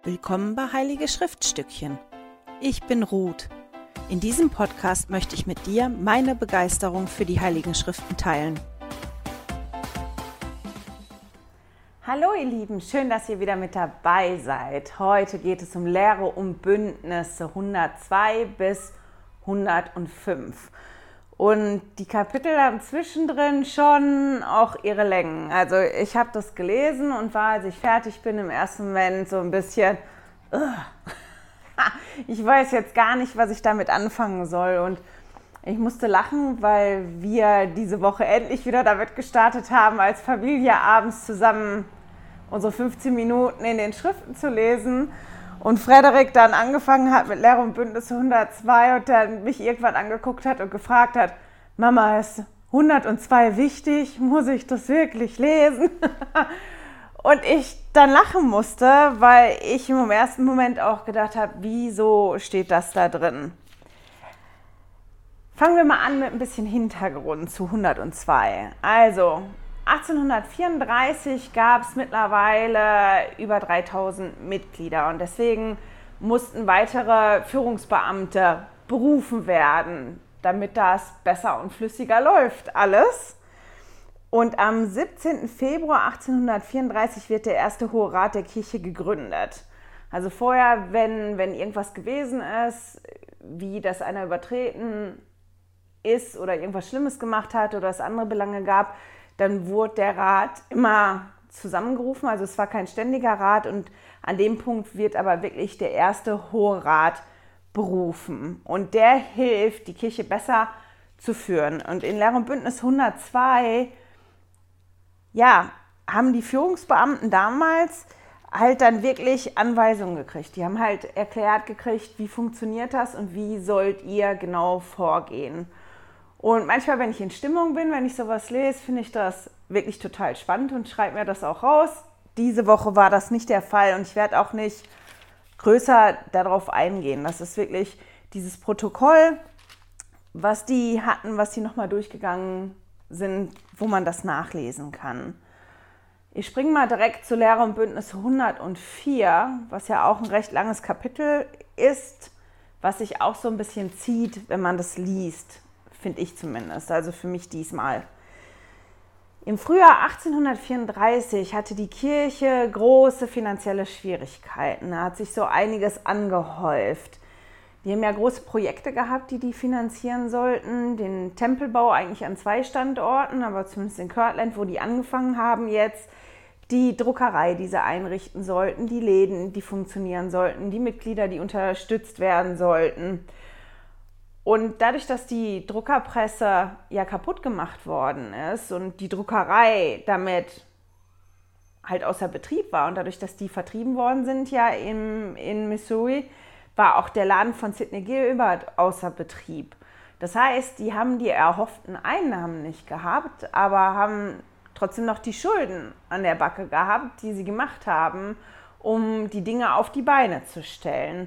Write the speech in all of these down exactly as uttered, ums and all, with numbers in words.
Willkommen bei Heilige Schriftstückchen. Ich bin Ruth. In diesem Podcast möchte ich mit dir meine Begeisterung für die Heiligen Schriften teilen. Hallo ihr Lieben, schön, dass ihr wieder mit dabei seid. Heute geht es um Lehre um Bündnisse hundertzwei bis hundertfünf. Und die Kapitel haben zwischendrin schon auch ihre Längen. Also ich habe das gelesen und war, als ich fertig bin, im ersten Moment so ein bisschen, uh, ich weiß jetzt gar nicht, was ich damit anfangen soll. Und ich musste lachen, weil wir diese Woche endlich wieder damit gestartet haben, als Familie abends zusammen unsere fünfzehn Minuten in den Schriften zu lesen. Und Frederik dann angefangen hat mit Lehre um Bündnisse hundertzwei und dann mich irgendwann angeguckt hat und gefragt hat, Mama, ist hundertzwei wichtig? Muss ich das wirklich lesen? Und ich dann lachen musste, weil ich im ersten Moment auch gedacht habe, wieso steht das da drin? Fangen wir mal an mit ein bisschen Hintergrund zu hundertzwei. Also achtzehnhundertvierunddreißig gab es mittlerweile über dreitausend Mitglieder und deswegen mussten weitere Führungsbeamte berufen werden, damit das besser und flüssiger läuft alles. Und am siebzehnten Februar achtzehnhundertvierunddreißig wird der erste Hohe Rat der Kirche gegründet. Also vorher, wenn, wenn irgendwas gewesen ist, wie dass einer übertreten ist oder irgendwas Schlimmes gemacht hat oder es andere Belange gab, dann wurde der Rat immer zusammengerufen, also es war kein ständiger Rat und an dem Punkt wird aber wirklich der erste Hohe Rat berufen und der hilft, die Kirche besser zu führen. Und in Lehre und Bündnis hundertzwei, ja, haben die Führungsbeamten damals halt dann wirklich Anweisungen gekriegt. Die haben halt erklärt gekriegt, wie funktioniert das und wie sollt ihr genau vorgehen. Und manchmal, wenn ich in Stimmung bin, wenn ich sowas lese, finde ich das wirklich total spannend und schreibe mir das auch raus. Diese Woche war das nicht der Fall und ich werde auch nicht größer darauf eingehen. Das ist wirklich dieses Protokoll, was die hatten, was die nochmal durchgegangen sind, wo man das nachlesen kann. Ich springe mal direkt zu Lehre und Bündnis hundertvier, was ja auch ein recht langes Kapitel ist, was sich auch so ein bisschen zieht, wenn man das liest. Finde ich zumindest, also für mich diesmal. Im Frühjahr achtzehnhundertvierunddreißig hatte die Kirche große finanzielle Schwierigkeiten. Da hat sich so einiges angehäuft. Die haben ja große Projekte gehabt, die die finanzieren sollten. Den Tempelbau eigentlich an zwei Standorten, aber zumindest in Kirtland, wo die angefangen haben jetzt. Die Druckerei, die sie einrichten sollten, die Läden, die funktionieren sollten, die Mitglieder, die unterstützt werden sollten. Und dadurch, dass die Druckerpresse ja kaputt gemacht worden ist und die Druckerei damit halt außer Betrieb war und dadurch, dass die vertrieben worden sind ja im, in Missouri, war auch der Laden von Sidney Gilbert außer Betrieb. Das heißt, die haben die erhofften Einnahmen nicht gehabt, aber haben trotzdem noch die Schulden an der Backe gehabt, die sie gemacht haben, um die Dinge auf die Beine zu stellen.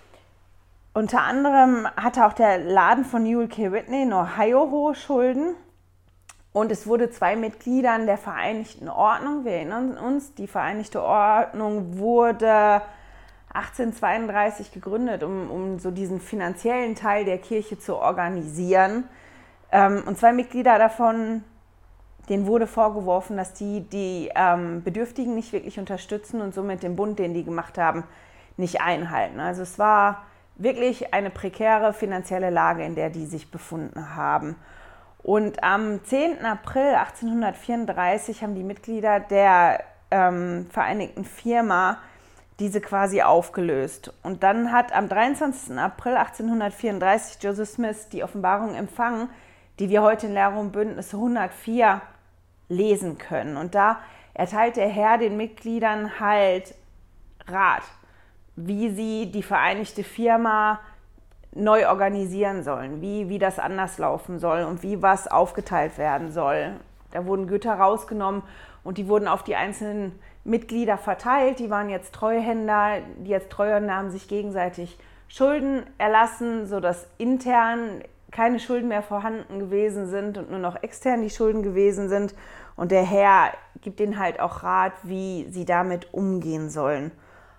Unter anderem hatte auch der Laden von Newell K. Whitney in Ohio hohe Schulden und es wurde zwei Mitgliedern der Vereinigten Ordnung, wir erinnern uns, die Vereinigte Ordnung wurde achtzehnhundertzweiunddreißig gegründet, um, um so diesen finanziellen Teil der Kirche zu organisieren. Und zwei Mitglieder davon, denen wurde vorgeworfen, dass die die ähm, Bedürftigen nicht wirklich unterstützen und somit den Bund, den die gemacht haben, nicht einhalten. Also es war wirklich eine prekäre finanzielle Lage, in der die sich befunden haben. Und am zehnten April achtzehnhundertvierunddreißig haben die Mitglieder der ähm, vereinigten Firma diese quasi aufgelöst. Und dann hat am dreiundzwanzigsten April achtzehnhundertvierunddreißig Joseph Smith die Offenbarung empfangen, die wir heute in Lehre um Bündnisse hundertvier lesen können. Und da erteilt der Herr den Mitgliedern halt Rat, wie sie die vereinigte Firma neu organisieren sollen, wie, wie das anders laufen soll und wie was aufgeteilt werden soll. Da wurden Güter rausgenommen und die wurden auf die einzelnen Mitglieder verteilt. Die waren jetzt Treuhänder, die jetzt Treuhänder haben sich gegenseitig Schulden erlassen, sodass intern keine Schulden mehr vorhanden gewesen sind und nur noch extern die Schulden gewesen sind. Und der Herr gibt ihnen halt auch Rat, wie sie damit umgehen sollen.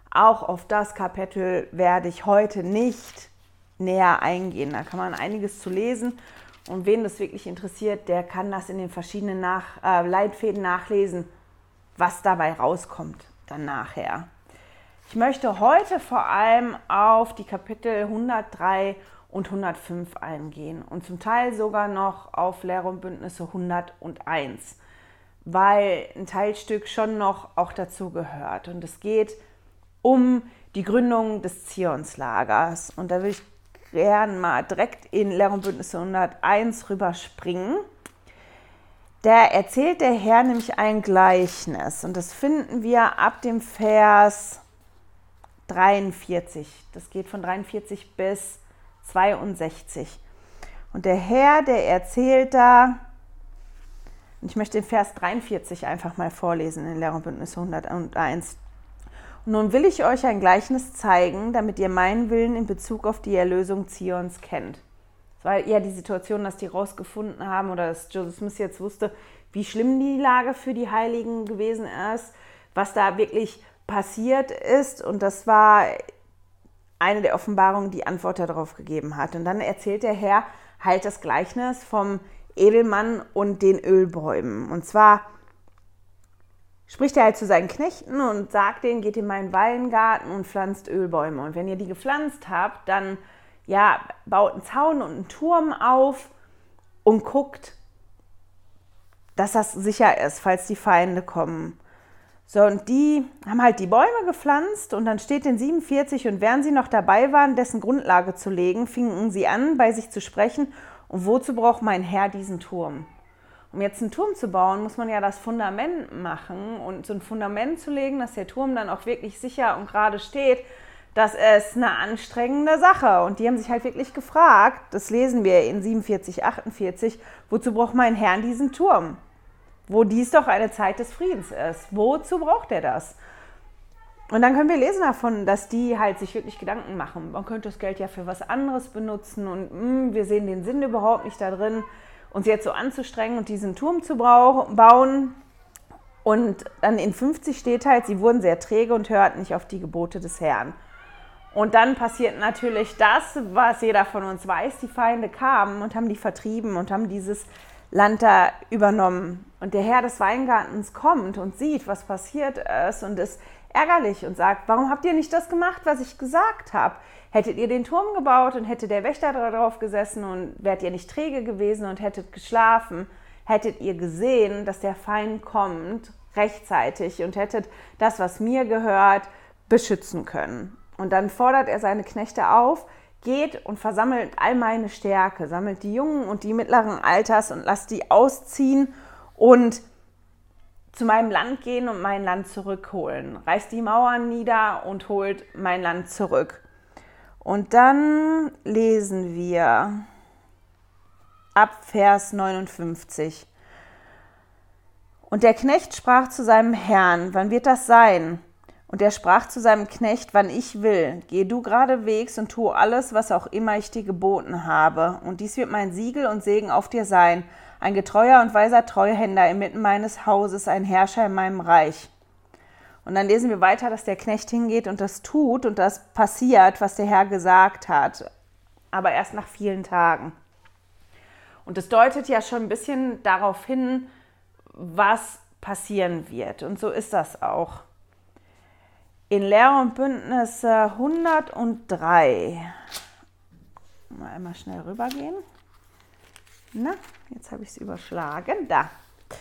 Auch auf das Kapitel werde ich heute nicht näher eingehen. Da kann man einiges zu lesen. Und wen das wirklich interessiert, der kann das in den verschiedenen Nach äh, Leitfäden nachlesen, was dabei rauskommt dann nachher. Ich möchte heute vor allem auf die Kapitel hundertdrei und hundertfünf eingehen und zum Teil sogar noch auf Lehre und Bündnisse hunderteins, weil ein Teilstück schon noch auch dazu gehört. Und es geht um die Gründung des Zionslagers. Und da will ich gerne mal direkt in Lehre und Bündnisse hunderteins rüberspringen. Da erzählt der Herr nämlich ein Gleichnis. Und das finden wir ab dem Vers dreiundvierzig. Das geht von dreiundvierzig bis zweiundsechzig. Und der Herr, der erzählt da, und ich möchte den Vers dreiundvierzig einfach mal vorlesen in Lehre und Bündnisse hunderteins. Und nun will ich euch ein Gleichnis zeigen, damit ihr meinen Willen in Bezug auf die Erlösung Zions kennt. Es war eher die Situation, dass die rausgefunden haben oder dass Joseph Smith jetzt wusste, wie schlimm die Lage für die Heiligen gewesen ist, was da wirklich passiert ist. Und das war eine der Offenbarungen, die Antwort darauf gegeben hat. Und dann erzählt der Herr halt das Gleichnis vom Edelmann und den Ölbäumen. Und zwar spricht er halt zu seinen Knechten und sagt denen, geht in meinen Weingarten und pflanzt Ölbäume. Und wenn ihr die gepflanzt habt, dann ja, baut einen Zaun und einen Turm auf und guckt, dass das sicher ist, falls die Feinde kommen. So, und die haben halt die Bäume gepflanzt und dann steht in siebenundvierzig, und während sie noch dabei waren, dessen Grundlage zu legen, fingen sie an, bei sich zu sprechen, und wozu braucht mein Herr diesen Turm? Um jetzt einen Turm zu bauen, muss man ja das Fundament machen, und so ein Fundament zu legen, dass der Turm dann auch wirklich sicher und gerade steht, das ist eine anstrengende Sache. Und die haben sich halt wirklich gefragt, das lesen wir in siebenundvierzig, achtundvierzig, wozu braucht mein Herr diesen Turm? Wo dies doch eine Zeit des Friedens ist. Wozu braucht er das? Und dann können wir lesen davon, dass die halt sich wirklich Gedanken machen. Man könnte das Geld ja für was anderes benutzen und mh, wir sehen den Sinn überhaupt nicht da drin, uns jetzt so anzustrengen und diesen Turm zu bauen. Und dann in fünfzig steht halt, sie wurden sehr träge und hörten nicht auf die Gebote des Herrn. Und dann passiert natürlich das, was jeder von uns weiß. Die Feinde kamen und haben die vertrieben und haben dieses Land da übernommen. Und der Herr des Weingartens kommt und sieht, was passiert ist, und ist ärgerlich und sagt, warum habt ihr nicht das gemacht, was ich gesagt habe? Hättet ihr den Turm gebaut und hätte der Wächter drauf gesessen und wärt ihr nicht träge gewesen und hättet geschlafen, hättet ihr gesehen, dass der Feind kommt rechtzeitig und hättet das, was mir gehört, beschützen können. Und dann fordert er seine Knechte auf, geht und versammelt all meine Stärke, sammelt die Jungen und die mittleren Alters und lasst die ausziehen und zu meinem Land gehen und mein Land zurückholen. Reißt die Mauern nieder und holt mein Land zurück. Und dann lesen wir ab Vers neunundfünfzig. Und der Knecht sprach zu seinem Herrn, wann wird das sein? Und er sprach zu seinem Knecht, wann ich will, geh du geradewegs und tu alles, was auch immer ich dir geboten habe. Und dies wird mein Siegel und Segen auf dir sein, ein getreuer und weiser Treuhänder inmitten meines Hauses, ein Herrscher in meinem Reich. Und dann lesen wir weiter, dass der Knecht hingeht und das tut und das passiert, was der Herr gesagt hat, aber erst nach vielen Tagen. Und das deutet ja schon ein bisschen darauf hin, was passieren wird. Und so ist das auch. In Lehre und Bündnisse hundertdrei, mal einmal schnell rübergehen. Na, jetzt habe ich es überschlagen. Da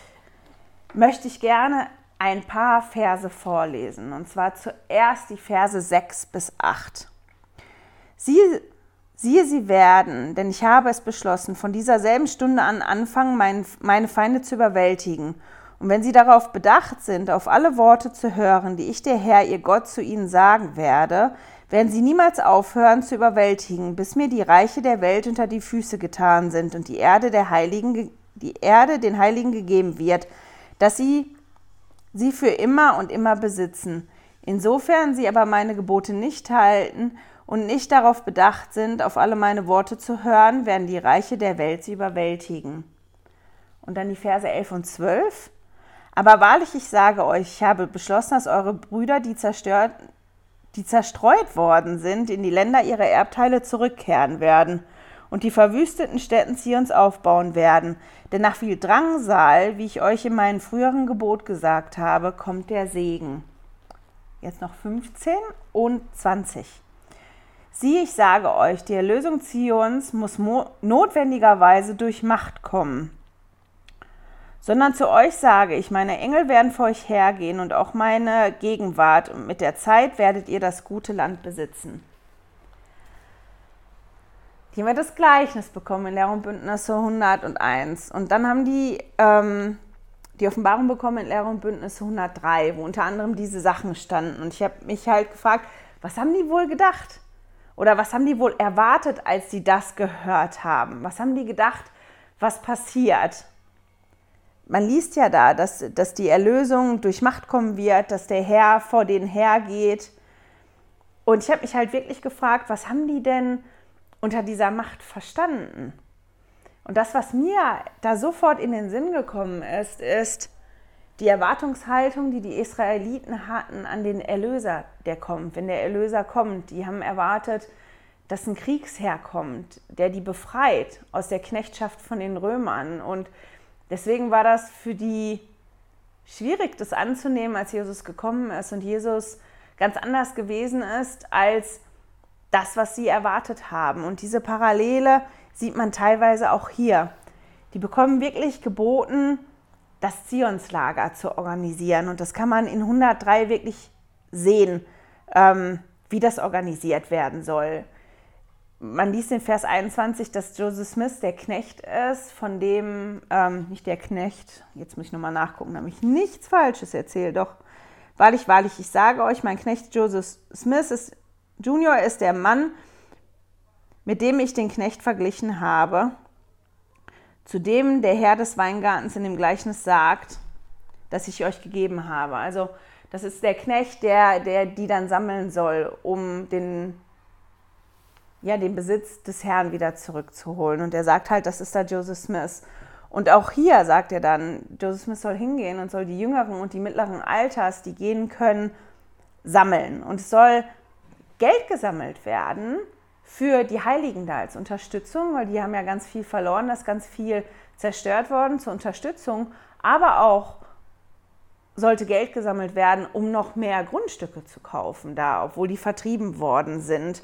möchte ich gerne ein paar Verse vorlesen. Und zwar zuerst die Verse sechs bis acht. Siehe, siehe, sie werden, denn ich habe es beschlossen, von dieser selben Stunde an anfangen, mein, meine Feinde zu überwältigen. Und wenn sie darauf bedacht sind, auf alle Worte zu hören, die ich, der Herr, ihr Gott, zu ihnen sagen werde, werden sie niemals aufhören zu überwältigen, bis mir die Reiche der Welt unter die Füße getan sind und die Erde, der Heiligen, die Erde den Heiligen gegeben wird, dass sie sie für immer und immer besitzen. Insofern sie aber meine Gebote nicht halten und nicht darauf bedacht sind, auf alle meine Worte zu hören, werden die Reiche der Welt sie überwältigen. Und dann die Verse elf und zwölf. Aber wahrlich, ich sage euch, ich habe beschlossen, dass eure Brüder, die zerstört, die zerstreut worden sind, in die Länder ihrer Erbteile zurückkehren werden und die verwüsteten Stätten Zions aufbauen werden. Denn nach viel Drangsal, wie ich euch in meinem früheren Gebot gesagt habe, kommt der Segen. Jetzt noch fünfzehn und zwanzig. Siehe, ich sage euch, die Erlösung Zions muss notwendigerweise durch Macht kommen. Sondern zu euch sage ich, meine Engel werden vor euch hergehen und auch meine Gegenwart, und mit der Zeit werdet ihr das gute Land besitzen. Hier haben wir das Gleichnis bekommen in Lehre und Bündnisse hunderteins. Und dann haben die ähm, die Offenbarung bekommen in Lehre und Bündnisse hundertdrei, wo unter anderem diese Sachen standen. Und ich habe mich halt gefragt, was haben die wohl gedacht? Oder was haben die wohl erwartet, als sie das gehört haben? Was haben die gedacht, was passiert? Man liest ja da, dass, dass die Erlösung durch Macht kommen wird, dass der Herr vor denen hergeht. Und ich habe mich halt wirklich gefragt, was haben die denn unter dieser Macht verstanden? Und das, was mir da sofort in den Sinn gekommen ist, ist die Erwartungshaltung, die die Israeliten hatten an den Erlöser, der kommt. Wenn der Erlöser kommt, die haben erwartet, dass ein Kriegsherr kommt, der die befreit aus der Knechtschaft von den Römern. Und deswegen war das für die schwierig, das anzunehmen, als Jesus gekommen ist und Jesus ganz anders gewesen ist als das, was sie erwartet haben. Und diese Parallele sieht man teilweise auch hier. Die bekommen wirklich geboten, das Zionslager zu organisieren. Und das kann man in hundertdrei wirklich sehen, ähm, wie das organisiert werden soll. Man liest in Vers einundzwanzig, dass Joseph Smith der Knecht ist, von dem, ähm, nicht der Knecht, jetzt muss ich nochmal nachgucken, damit ich nichts Falsches erzähle, doch, wahrlich, wahrlich, ich sage euch, mein Knecht Joseph Smith ist, Junior ist der Mann, mit dem ich den Knecht verglichen habe, zu dem der Herr des Weingartens in dem Gleichnis sagt, das ich euch gegeben habe. Also das ist der Knecht, der, der die dann sammeln soll, um den, ja, den Besitz des Herrn wieder zurückzuholen. Und er sagt halt, das ist da Joseph Smith. Und auch hier sagt er dann, Joseph Smith soll hingehen und soll die Jüngeren und die mittleren Alters, die gehen können, sammeln. Und es soll Geld gesammelt werden für die Heiligen da als Unterstützung, weil die haben ja ganz viel verloren, da ist ganz viel zerstört worden zur Unterstützung, aber auch sollte Geld gesammelt werden, um noch mehr Grundstücke zu kaufen da, obwohl die vertrieben worden sind.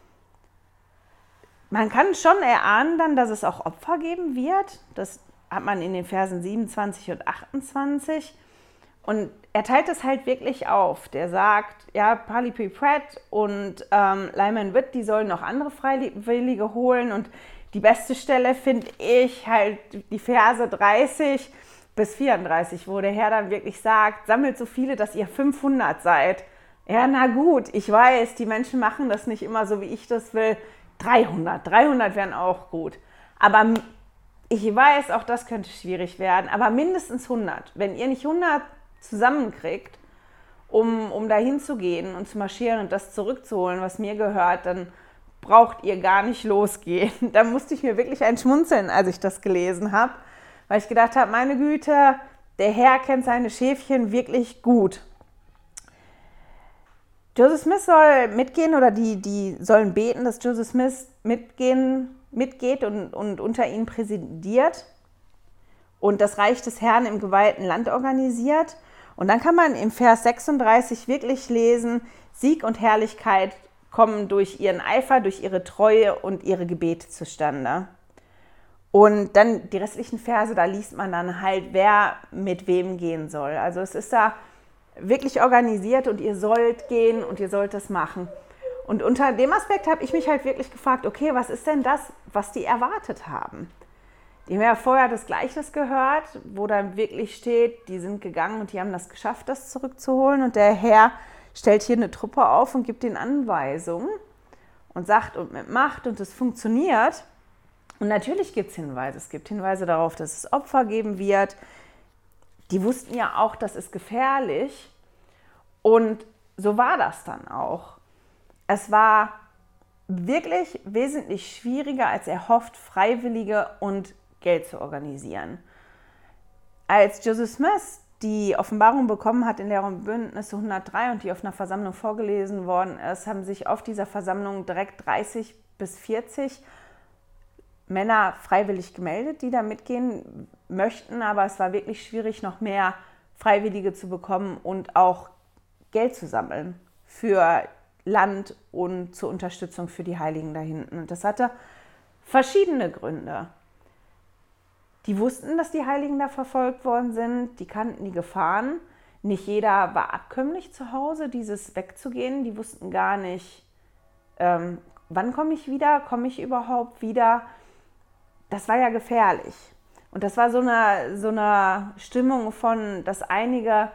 Man kann schon erahnen dann, dass es auch Opfer geben wird, das hat man in den Versen siebenundzwanzig und achtundzwanzig. Und er teilt es halt wirklich auf. Der sagt, ja, Parley P. Pratt und ähm, Lyman Witt, die sollen noch andere Freiwillige holen. Und die beste Stelle finde ich halt die Verse dreißig bis vierunddreißig, wo der Herr dann wirklich sagt, sammelt so viele, dass ihr fünfhundert seid. Ja, na gut, ich weiß, die Menschen machen das nicht immer so, wie ich das will. dreihundert, dreihundert wären auch gut. Aber ich weiß, auch das könnte schwierig werden, aber mindestens hundert. Wenn ihr nicht hundert zusammenkriegt, um, um dahin zu gehen und zu marschieren und das zurückzuholen, was mir gehört, dann braucht ihr gar nicht losgehen. Da musste ich mir wirklich ein Schmunzeln, als ich das gelesen habe, weil ich gedacht habe, meine Güte, der Herr kennt seine Schäfchen wirklich gut. Joseph Smith soll mitgehen oder die, die sollen beten, dass Joseph Smith mitgehen, mitgeht und, und unter ihnen präsidiert und das Reich des Herrn im geweihten Land organisiert. Und dann kann man im Vers sechsunddreißig wirklich lesen, Sieg und Herrlichkeit kommen durch ihren Eifer, durch ihre Treue und ihre Gebete zustande. Und dann die restlichen Verse, da liest man dann halt, wer mit wem gehen soll. Also es ist da wirklich organisiert und ihr sollt gehen und ihr sollt das machen. Und unter dem Aspekt habe ich mich halt wirklich gefragt, okay, was ist denn das, was die erwartet haben? Die haben ja vorher das Gleichnis gehört, wo dann wirklich steht, die sind gegangen und die haben das geschafft, das zurückzuholen. Und der Herr stellt hier eine Truppe auf und gibt ihnen Anweisungen und sagt, und mit Macht, und es funktioniert. Und natürlich gibt es Hinweise. Es gibt Hinweise darauf, dass es Opfer geben wird. Die wussten ja auch, das ist gefährlich. Und so war das dann auch. Es war wirklich wesentlich schwieriger als erhofft, Freiwillige und Geld zu organisieren. Als Joseph Smith die Offenbarung bekommen hat in der Bündnisse hundertdrei und die auf einer Versammlung vorgelesen worden ist, haben sich auf dieser Versammlung direkt dreißig bis vierzig Männer freiwillig gemeldet, die da mitgehen möchten, aber es war wirklich schwierig, noch mehr Freiwillige zu bekommen und auch Geld zu sammeln für Land und zur Unterstützung für die Heiligen da hinten. Und das hatte verschiedene Gründe. Die wussten, dass die Heiligen da verfolgt worden sind, die kannten die Gefahren. Nicht jeder war abkömmlich zu Hause, dieses wegzugehen. Die wussten gar nicht, ähm, wann komme ich wieder, komme ich überhaupt wieder. Das war ja gefährlich. Und das war so eine, so eine Stimmung von, dass einige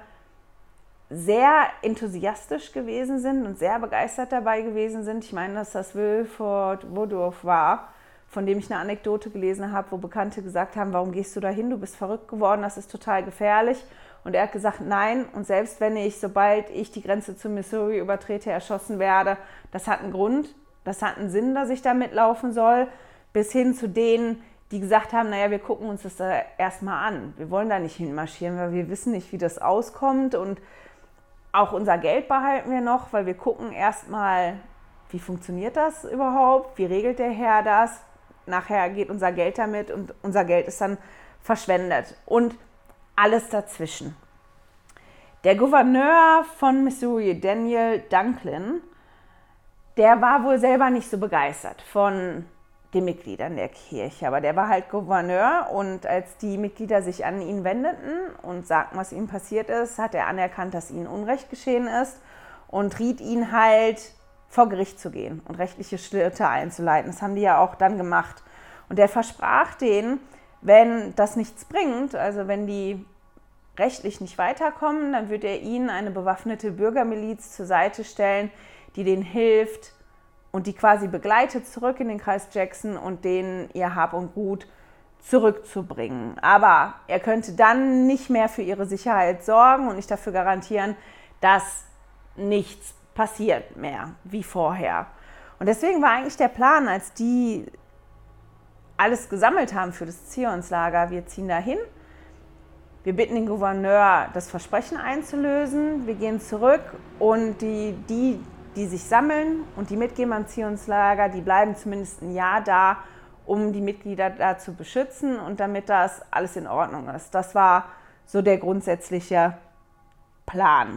sehr enthusiastisch gewesen sind und sehr begeistert dabei gewesen sind. Ich meine, dass das Wilford Woodruff war, von dem ich eine Anekdote gelesen habe, wo Bekannte gesagt haben, warum gehst du da hin, du bist verrückt geworden, das ist total gefährlich. Und er hat gesagt, nein, und selbst wenn ich, sobald ich die Grenze zu Missouri übertrete, erschossen werde, das hat einen Grund, das hat einen Sinn, dass ich da mitlaufen soll, bis hin zu denen, die gesagt haben, naja, wir gucken uns das da erstmal an. Wir wollen da nicht hinmarschieren, weil wir wissen nicht, wie das auskommt und auch unser Geld behalten wir noch, weil wir gucken erstmal, wie funktioniert das überhaupt, wie regelt der Herr das? Nachher geht unser Geld damit und unser Geld ist dann verschwendet und alles dazwischen. Der Gouverneur von Missouri, Daniel Dunklin, der war wohl selber nicht so begeistert von den Mitgliedern der Kirche, aber der war halt Gouverneur und als die Mitglieder sich an ihn wendeten und sagten, was ihnen passiert ist, hat er anerkannt, dass ihnen Unrecht geschehen ist und riet ihnen halt, vor Gericht zu gehen und rechtliche Schritte einzuleiten. Das haben die ja auch dann gemacht. Und der versprach denen, wenn das nichts bringt, also wenn die rechtlich nicht weiterkommen, dann wird er ihnen eine bewaffnete Bürgermiliz zur Seite stellen, die denen hilft und die quasi begleitet zurück in den Kreis Jackson und denen ihr Hab und Gut zurückzubringen. Aber er könnte dann nicht mehr für ihre Sicherheit sorgen und nicht dafür garantieren, dass nichts passiert mehr wie vorher. Und deswegen war eigentlich der Plan, als die alles gesammelt haben für das Zionslager, wir ziehen dahin, wir bitten den Gouverneur, das Versprechen einzulösen, wir gehen zurück und die, die, die sich sammeln und die mitgehen beim Zionslager, die bleiben zumindest ein Jahr da, um die Mitglieder da zu beschützen und damit das alles in Ordnung ist. Das war so der grundsätzliche Plan.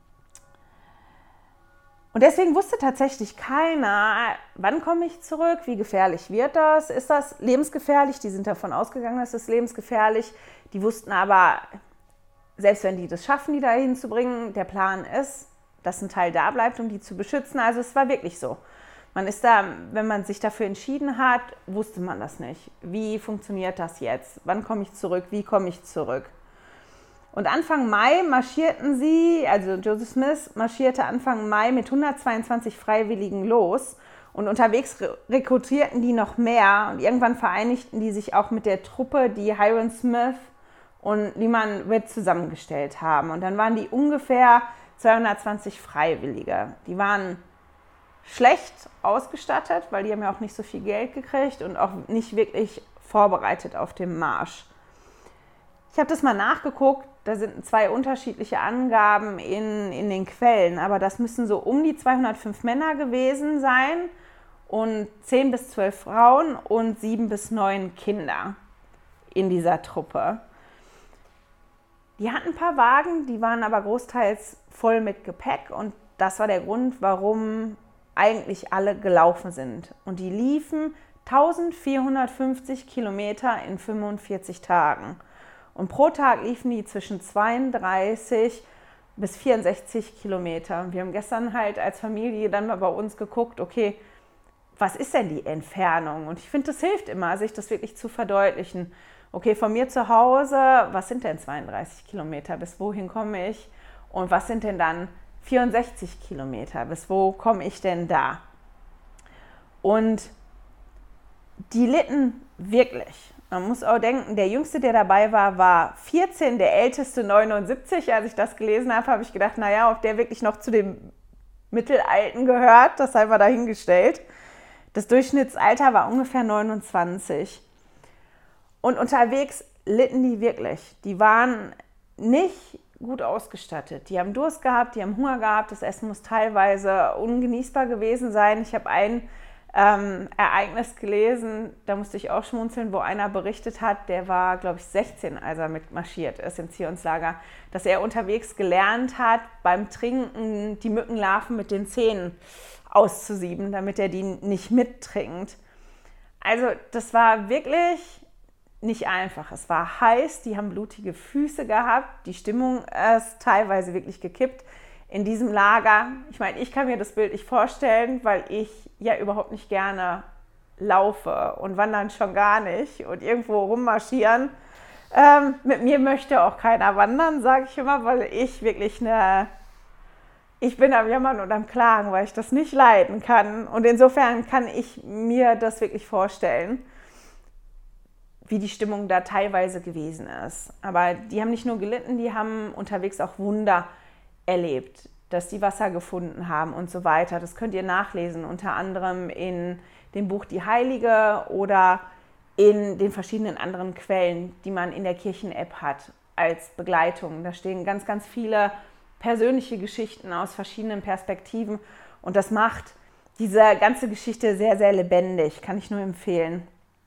Und deswegen wusste tatsächlich keiner, wann komme ich zurück, wie gefährlich wird das, ist das lebensgefährlich? Die sind davon ausgegangen, dass es lebensgefährlich. Die wussten aber, selbst wenn die das schaffen, die da hinzubringen, der Plan ist, dass ein Teil da bleibt, um die zu beschützen. Also es war wirklich so. Man ist da, wenn man sich dafür entschieden hat, wusste man das nicht. Wie funktioniert das jetzt? Wann komme ich zurück? Wie komme ich zurück? Und Anfang Mai marschierten sie, also Joseph Smith marschierte Anfang Mai mit hundertzweiundzwanzig Freiwilligen los und unterwegs rekrutierten die noch mehr und irgendwann vereinigten die sich auch mit der Truppe, die Hyrum Smith und Lyman Witt zusammengestellt haben. Und dann waren die ungefähr zweihundertzwanzig Freiwillige. Die waren schlecht ausgestattet, weil die haben ja auch nicht so viel Geld gekriegt und auch nicht wirklich vorbereitet auf den Marsch. Ich habe das mal nachgeguckt, da sind zwei unterschiedliche Angaben in, in den Quellen, aber das müssen so um die zweihundertfünf Männer gewesen sein und zehn bis zwölf Frauen und sieben bis neun Kinder in dieser Truppe. Die hatten ein paar Wagen, die waren aber großteils voll mit Gepäck und das war der Grund, warum eigentlich alle gelaufen sind. Und die liefen eintausendvierhundertfünfzig Kilometer in fünfundvierzig Tagen. Und pro Tag liefen die zwischen zweiunddreißig bis vierundsechzig Kilometer. Wir haben gestern halt als Familie dann mal bei uns geguckt, okay, was ist denn die Entfernung? Und ich finde, das hilft immer, sich das wirklich zu verdeutlichen. Okay, von mir zu Hause, was sind denn zweiunddreißig Kilometer? Bis wohin komme ich? Und was sind denn dann vierundsechzig Kilometer? Bis wo komme ich denn da? Und die litten wirklich. Man muss auch denken, der Jüngste, der dabei war, war vierzehn, der Älteste neunundsiebzig. Als ich das gelesen habe, habe ich gedacht, naja, ob der wirklich noch zu dem Mittelalten gehört, das sei mal dahingestellt. Das Durchschnittsalter war ungefähr neunundzwanzig. Und unterwegs litten die wirklich. Die waren nicht gut ausgestattet. Die haben Durst gehabt, die haben Hunger gehabt, das Essen muss teilweise ungenießbar gewesen sein. Ich habe ein ähm, Ereignis gelesen, da musste ich auch schmunzeln, wo einer berichtet hat, der war, glaube ich, sechzehn, als er mitmarschiert ist im Zionslager, dass er unterwegs gelernt hat, beim Trinken die Mückenlarven mit den Zähnen auszusieben, damit er die nicht mittrinkt. Also das war wirklich nicht einfach. Es war heiß, die haben blutige Füße gehabt, die Stimmung ist teilweise wirklich gekippt in diesem Lager. Ich meine, ich kann mir das Bild nicht vorstellen, weil ich ja überhaupt nicht gerne laufe und wandern schon gar nicht und irgendwo rummarschieren. Ähm, mit mir möchte auch keiner wandern, sage ich immer, weil ich wirklich eine, ich bin am Jammern und am Klagen, weil ich das nicht leiden kann. Und insofern kann ich mir das wirklich vorstellen, wie die Stimmung da teilweise gewesen ist. Aber die haben nicht nur gelitten, die haben unterwegs auch Wunder erlebt, dass die Wasser gefunden haben und so weiter. Das könnt ihr nachlesen, unter anderem in dem Buch Die Heilige oder in den verschiedenen anderen Quellen, die man in der Kirchen-App hat als Begleitung. Da stehen ganz, ganz viele persönliche Geschichten aus verschiedenen Perspektiven und das macht diese ganze Geschichte sehr, sehr lebendig, kann ich nur empfehlen.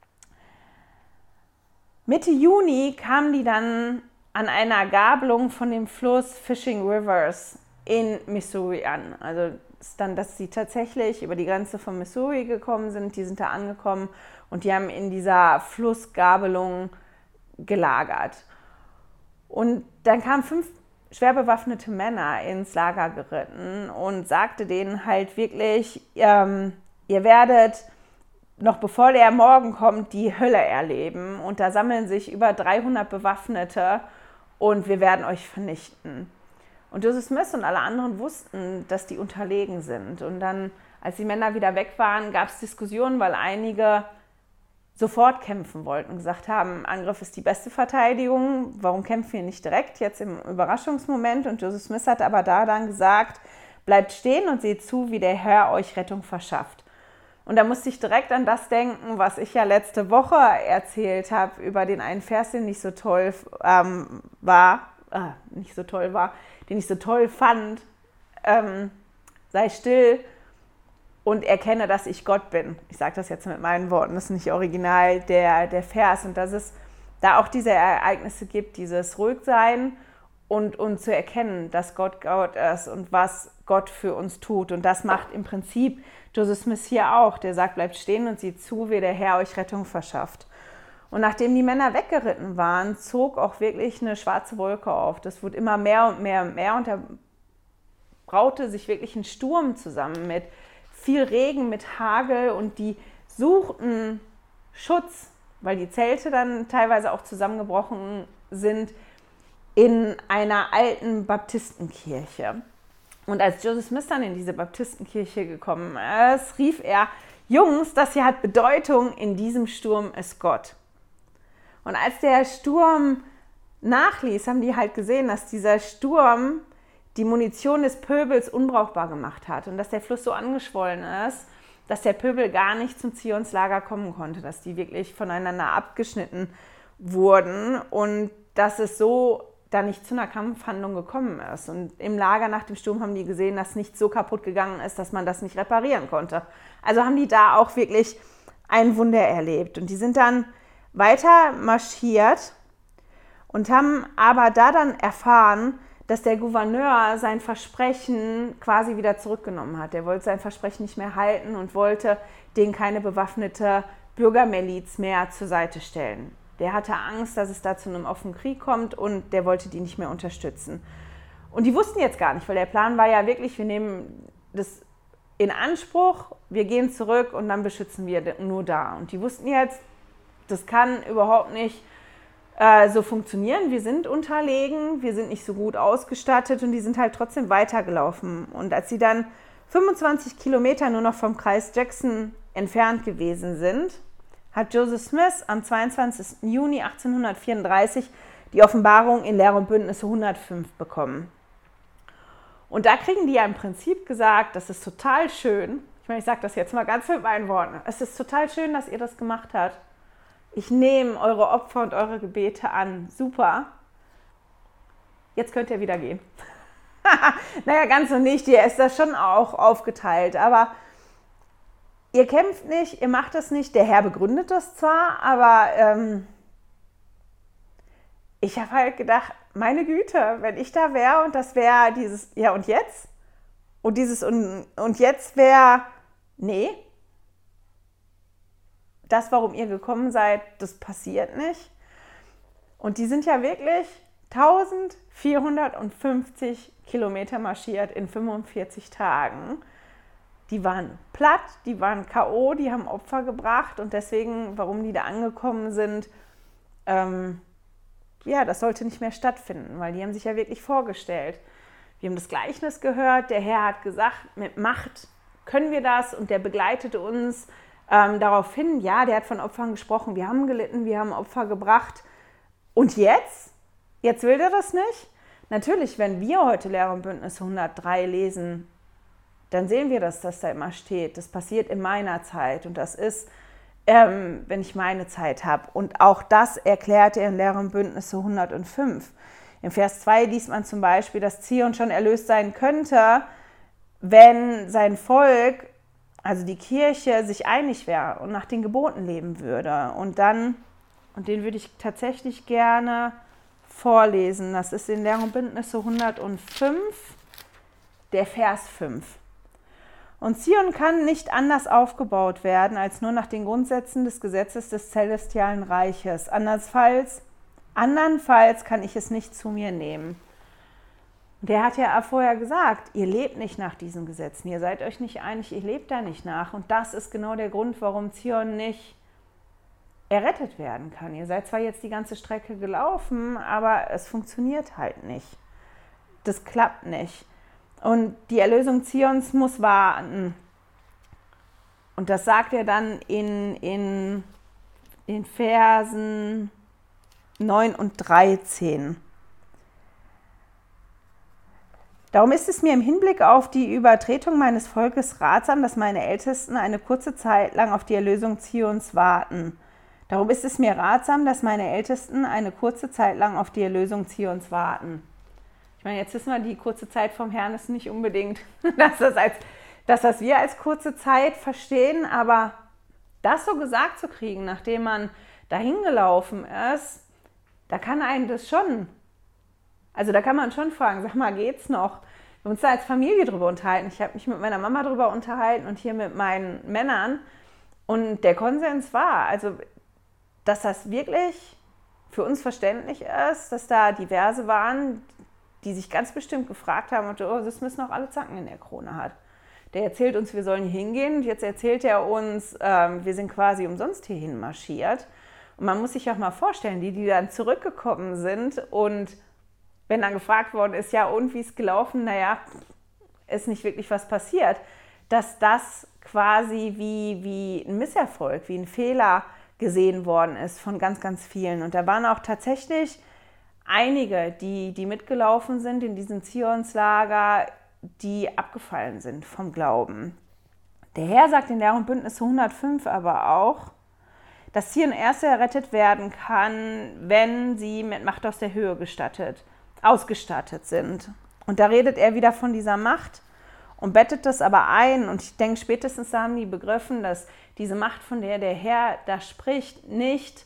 Mitte Juni kamen die dann an einer Gabelung von dem Fluss Fishing Rivers in Missouri an. Also ist dann, dass sie tatsächlich über die Grenze von Missouri gekommen sind. Die sind da angekommen und die haben in dieser Flussgabelung gelagert. Und dann kamen fünf schwer bewaffnete Männer ins Lager geritten und sagte denen halt wirklich, ähm, ihr werdet noch bevor der Morgen kommt, die Hölle erleben. Und da sammeln sich über dreihundert Bewaffnete und wir werden euch vernichten. Und Joseph Smith und alle anderen wussten, dass die unterlegen sind. Und dann, als die Männer wieder weg waren, gab es Diskussionen, weil einige sofort kämpfen wollten und gesagt haben, Angriff ist die beste Verteidigung, warum kämpfen wir nicht direkt, jetzt im Überraschungsmoment? Und Joseph Smith hat aber da dann gesagt, bleibt stehen und seht zu, wie der Herr euch Rettung verschafft. Und da musste ich direkt an das denken, was ich ja letzte Woche erzählt habe über den einen Vers, den nicht so toll ähm, war, äh, nicht so toll war, den ich so toll fand. Ähm, sei still und erkenne, dass ich Gott bin. Ich sage das jetzt mit meinen Worten, das ist nicht original der, der Vers. Und dass es da auch diese Ereignisse gibt, dieses Ruhigsein und, und zu erkennen, dass Gott Gott ist und was Gott für uns tut. Und das macht im Prinzip Joseph Smith hier auch. Der sagt, bleibt stehen und sieht zu, wie der Herr euch Rettung verschafft. Und nachdem die Männer weggeritten waren, zog auch wirklich eine schwarze Wolke auf. Das wurde immer mehr und mehr und mehr und da braute sich wirklich ein Sturm zusammen mit viel Regen, mit Hagel und die suchten Schutz, weil die Zelte dann teilweise auch zusammengebrochen sind, in einer alten Baptistenkirche. Und als Joseph Smith dann in diese Baptistenkirche gekommen ist, rief er, Jungs, das hier hat Bedeutung, in diesem Sturm ist Gott. Und als der Sturm nachließ, haben die halt gesehen, dass dieser Sturm die Munition des Pöbels unbrauchbar gemacht hat und dass der Fluss so angeschwollen ist, dass der Pöbel gar nicht zum Zionslager kommen konnte, dass die wirklich voneinander abgeschnitten wurden und dass es so da nicht zu einer Kampfhandlung gekommen ist. Und im Lager nach dem Sturm haben die gesehen, dass nichts so kaputt gegangen ist, dass man das nicht reparieren konnte. Also haben die da auch wirklich ein Wunder erlebt. Und die sind dann weiter marschiert und haben aber da dann erfahren, dass der Gouverneur sein Versprechen quasi wieder zurückgenommen hat. Er wollte sein Versprechen nicht mehr halten und wollte denen keine bewaffnete Bürgermiliz mehr zur Seite stellen. Der hatte Angst, dass es da zu einem offenen Krieg kommt und der wollte die nicht mehr unterstützen. Und die wussten jetzt gar nicht, weil der Plan war ja wirklich, wir nehmen das in Anspruch, wir gehen zurück und dann beschützen wir nur da. Und die wussten jetzt, das kann überhaupt nicht äh, so funktionieren. Wir sind unterlegen, wir sind nicht so gut ausgestattet und die sind halt trotzdem weitergelaufen. Und als sie dann fünfundzwanzig Kilometer nur noch vom Kreis Jackson entfernt gewesen sind, hat Joseph Smith am zweiundzwanzigsten Juni achtzehnhundertvierunddreißig die Offenbarung in Lehre und Bündnisse hundertfünf bekommen. Und da kriegen die ja im Prinzip gesagt, das ist total schön, ich meine, ich sage das jetzt mal ganz mit meinen Worten, es ist total schön, dass ihr das gemacht habt. Ich nehme eure Opfer und eure Gebete an, super. jetzt könnt ihr wieder gehen. Naja, ganz so nicht, ihr ist das schon auch aufgeteilt, aber ihr kämpft nicht, ihr macht das nicht, der Herr begründet das zwar, aber ähm, ich habe halt gedacht, meine Güte, wenn ich da wäre und das wäre dieses, ja und jetzt? Und dieses und, und jetzt wäre, nee, das, warum ihr gekommen seid, das passiert nicht. Und die sind ja wirklich eintausendvierhundertfünfzig Kilometer marschiert in fünfundvierzig Tagen. Die waren platt, die waren K O, die haben Opfer gebracht und deswegen, warum die da angekommen sind, ähm, ja, das sollte nicht mehr stattfinden, weil die haben sich ja wirklich vorgestellt. Wir haben das Gleichnis gehört, der Herr hat gesagt, mit Macht können wir das und der begleitete uns ähm, darauf hin, ja, der hat von Opfern gesprochen, wir haben gelitten, wir haben Opfer gebracht und jetzt? Jetzt will der das nicht? Natürlich, wenn wir heute Lehre und Bündnis hundertdrei lesen, dann sehen wir das, dass da immer steht, das passiert in meiner Zeit und das ist, ähm, wenn ich meine Zeit habe. Und auch das erklärt er in Lehre und Bündnisse hundertfünf. Im Vers zwei liest man zum Beispiel, dass Zion schon erlöst sein könnte, wenn sein Volk, also die Kirche, sich einig wäre und nach den Geboten leben würde. Und dann, und den würde ich tatsächlich gerne vorlesen, das ist in Lehre und Bündnisse hundertfünf, der Vers fünf. Und Zion kann nicht anders aufgebaut werden, als nur nach den Grundsätzen des Gesetzes des celestialen Reiches. Andernfalls, andernfalls kann ich es nicht zu mir nehmen. Der hat ja vorher gesagt, ihr lebt nicht nach diesen Gesetzen, ihr seid euch nicht einig, ihr lebt da nicht nach. Und das ist genau der Grund, warum Zion nicht errettet werden kann. Ihr seid zwar jetzt die ganze Strecke gelaufen, aber es funktioniert halt nicht. Das klappt nicht. Und die Erlösung Zions muss warten. Und das sagt er dann in, in den Versen neun und dreizehn. Darum ist es mir im Hinblick auf die Übertretung meines Volkes ratsam, dass meine Ältesten eine kurze Zeit lang auf die Erlösung Zions warten. Darum ist es mir ratsam, dass meine Ältesten eine kurze Zeit lang auf die Erlösung Zions warten. Ich meine, jetzt wissen wir, die kurze Zeit vom Herrn ist nicht unbedingt, dass das, als, dass das wir als kurze Zeit verstehen, aber das so gesagt zu kriegen, nachdem man dahin gelaufen ist, da kann einen das schon, also da kann man schon fragen, sag mal, geht's noch? Wir haben uns da als Familie drüber unterhalten. Ich habe mich mit meiner Mama drüber unterhalten und hier mit meinen Männern und der Konsens war, also dass das wirklich für uns verständlich ist, dass da diverse waren, die sich ganz bestimmt gefragt haben, oh, das müssen auch alle Zacken in der Krone hat. Der erzählt uns, wir sollen hier hingehen und jetzt erzählt er uns, ähm, wir sind quasi umsonst hierhin marschiert. Und man muss sich auch mal vorstellen, die, die dann zurückgekommen sind und wenn dann gefragt worden ist, ja und wie ist gelaufen, naja, ist nicht wirklich was passiert, dass das quasi wie, wie ein Misserfolg, wie ein Fehler gesehen worden ist von ganz, ganz vielen. Und da waren auch tatsächlich einige, die, die mitgelaufen sind in diesem Zionslager, die abgefallen sind vom Glauben. Der Herr sagt in Lehre und Bündnis hundertfünf aber auch, dass Zion erst errettet werden kann, wenn sie mit Macht aus der Höhe gestattet, ausgestattet sind. Und da redet er wieder von dieser Macht und bettet das aber ein. Und ich denke, spätestens da haben die begriffen, dass diese Macht, von der der Herr da spricht, nicht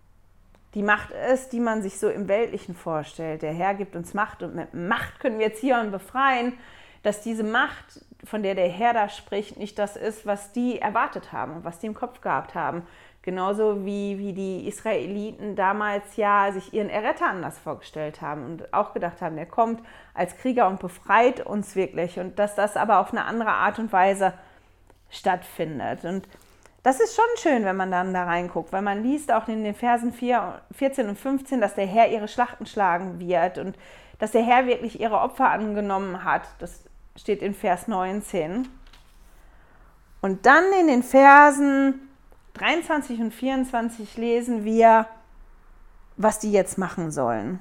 die Macht ist, die man sich so im Weltlichen vorstellt. Der Herr gibt uns Macht und mit Macht können wir Zion befreien, dass diese Macht, von der der Herr da spricht, nicht das ist, was die erwartet haben und was die im Kopf gehabt haben. Genauso wie, wie die Israeliten damals ja sich ihren Erretter anders vorgestellt haben und auch gedacht haben, der kommt als Krieger und befreit uns wirklich und dass das aber auf eine andere Art und Weise stattfindet. Und das ist schon schön, wenn man dann da reinguckt, weil man liest auch in den Versen vierzehn und fünfzehn, dass der Herr ihre Schlachten schlagen wird und dass der Herr wirklich ihre Opfer angenommen hat. Das steht in Vers neunzehn. Und dann in den Versen dreiundzwanzig und vierundzwanzig lesen wir, was die jetzt machen sollen.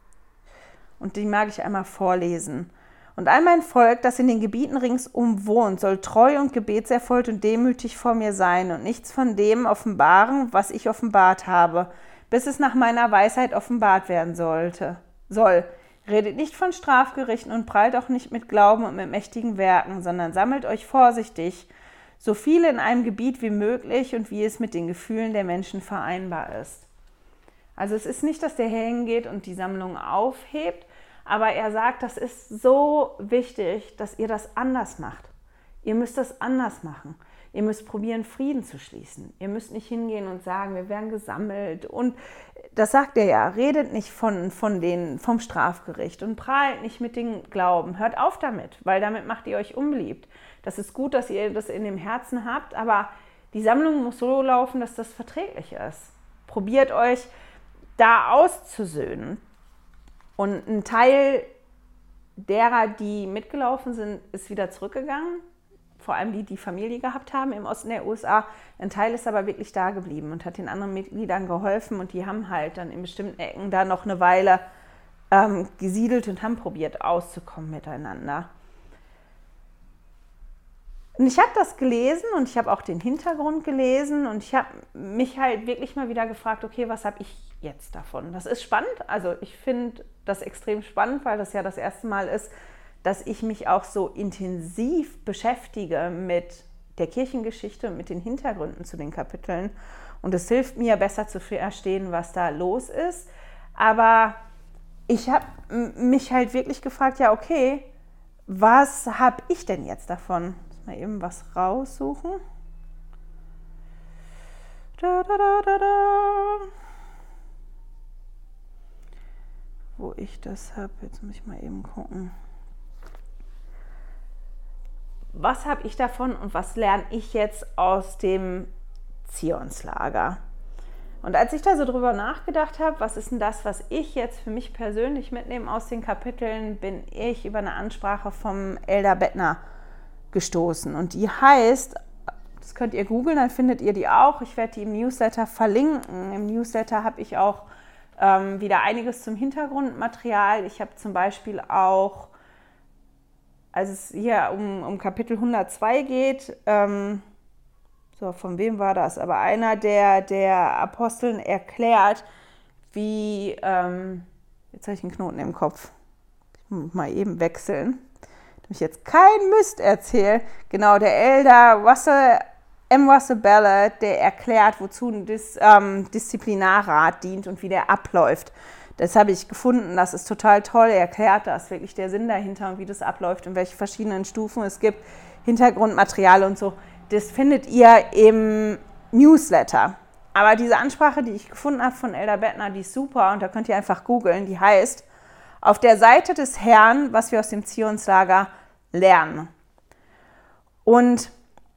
Und die mag ich einmal vorlesen. Und all mein Volk, das in den Gebieten ringsum wohnt, soll treu und gebetserfüllt und demütig vor mir sein und nichts von dem offenbaren, was ich offenbart habe, bis es nach meiner Weisheit offenbart werden sollte, soll. Redet nicht von Strafgerichten und prahlt auch nicht mit Glauben und mit mächtigen Werken, sondern sammelt euch vorsichtig so viele in einem Gebiet wie möglich und wie es mit den Gefühlen der Menschen vereinbar ist. Also es ist nicht, dass der hingeht und die Sammlung aufhebt, aber er sagt, das ist so wichtig, dass ihr das anders macht. Ihr müsst das anders machen. Ihr müsst probieren, Frieden zu schließen. Ihr müsst nicht hingehen und sagen, wir werden gesammelt. Und das sagt er ja, redet nicht von, von den, vom Strafgericht und prahlt nicht mit dem Glauben. Hört auf damit, weil damit macht ihr euch unbeliebt. Das ist gut, dass ihr das in dem Herzen habt, aber die Sammlung muss so laufen, dass das verträglich ist. Probiert euch da auszusöhnen. Und ein Teil derer, die mitgelaufen sind, ist wieder zurückgegangen. Vor allem die, die Familie gehabt haben im Osten der U S A. Ein Teil ist aber wirklich da geblieben und hat den anderen Mitgliedern geholfen. Und die haben halt dann in bestimmten Ecken da noch eine Weile ähm, gesiedelt und haben probiert, auszukommen miteinander. Und ich habe das gelesen und ich habe auch den Hintergrund gelesen und ich habe mich halt wirklich mal wieder gefragt, okay, was habe ich jetzt davon? Das ist spannend, also ich finde das extrem spannend, weil das ja das erste Mal ist, dass ich mich auch so intensiv beschäftige mit der Kirchengeschichte und mit den Hintergründen zu den Kapiteln. Und es hilft mir, besser zu verstehen, was da los ist. Aber ich habe mich halt wirklich gefragt, ja okay, was habe ich denn jetzt davon? Mal eben was raussuchen. Da, da, da, da, da. Wo ich das habe, jetzt muss ich mal eben gucken. Was habe ich davon und was lerne ich jetzt aus dem Zionslager? Und als ich da so drüber nachgedacht habe, was ist denn das, was ich jetzt für mich persönlich mitnehme aus den Kapiteln, bin ich über eine Ansprache vom Elder Bettner gestoßen. Und die heißt, das könnt ihr googeln, dann findet ihr die auch. Ich werde die im Newsletter verlinken. Im Newsletter habe ich auch ähm, wieder einiges zum Hintergrundmaterial. Ich habe zum Beispiel auch, als es hier um, um Kapitel hundertzwei geht, ähm, so, von wem war das? Aber einer der, der Aposteln erklärt, wie, ähm, jetzt habe ich einen Knoten im Kopf, ich muss mal eben wechseln, damit ich jetzt keinen Mist erzähle. Genau, der Elder Russell, M. Russell Ballard, der erklärt, wozu ein Dis, ähm, Disziplinarrat dient und wie der abläuft. Das habe ich gefunden, das ist total toll, er erklärt das, wirklich der Sinn dahinter und wie das abläuft und welche verschiedenen Stufen es gibt, Hintergrundmaterial und so. Das findet ihr im Newsletter. Aber diese Ansprache, die ich gefunden habe von Elder Bettner, die ist super und da könnt ihr einfach googeln, die heißt, auf der Seite des Herrn, was wir aus dem Zionslager lernen. Und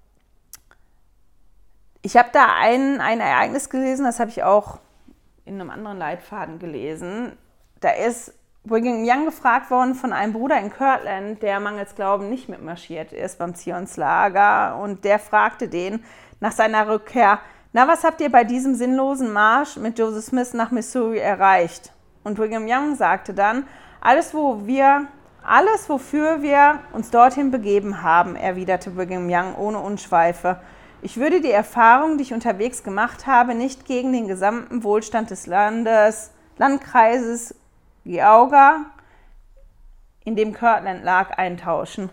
ich habe da ein, ein Ereignis gelesen, das habe ich auch in einem anderen Leitfaden gelesen. Da ist Brigham Young gefragt worden von einem Bruder in Kirtland, der mangels Glauben nicht mitmarschiert ist beim Zionslager. Und der fragte den nach seiner Rückkehr, na, was habt ihr bei diesem sinnlosen Marsch mit Joseph Smith nach Missouri erreicht? Und Brigham Young sagte dann, alles, wo wir, alles, wofür wir uns dorthin begeben haben, erwiderte Brigham Young ohne Umschweife. Ich würde die Erfahrung, die ich unterwegs gemacht habe, nicht gegen den gesamten Wohlstand des Landes, Landkreises Geauga, in dem Kirtland lag, eintauschen.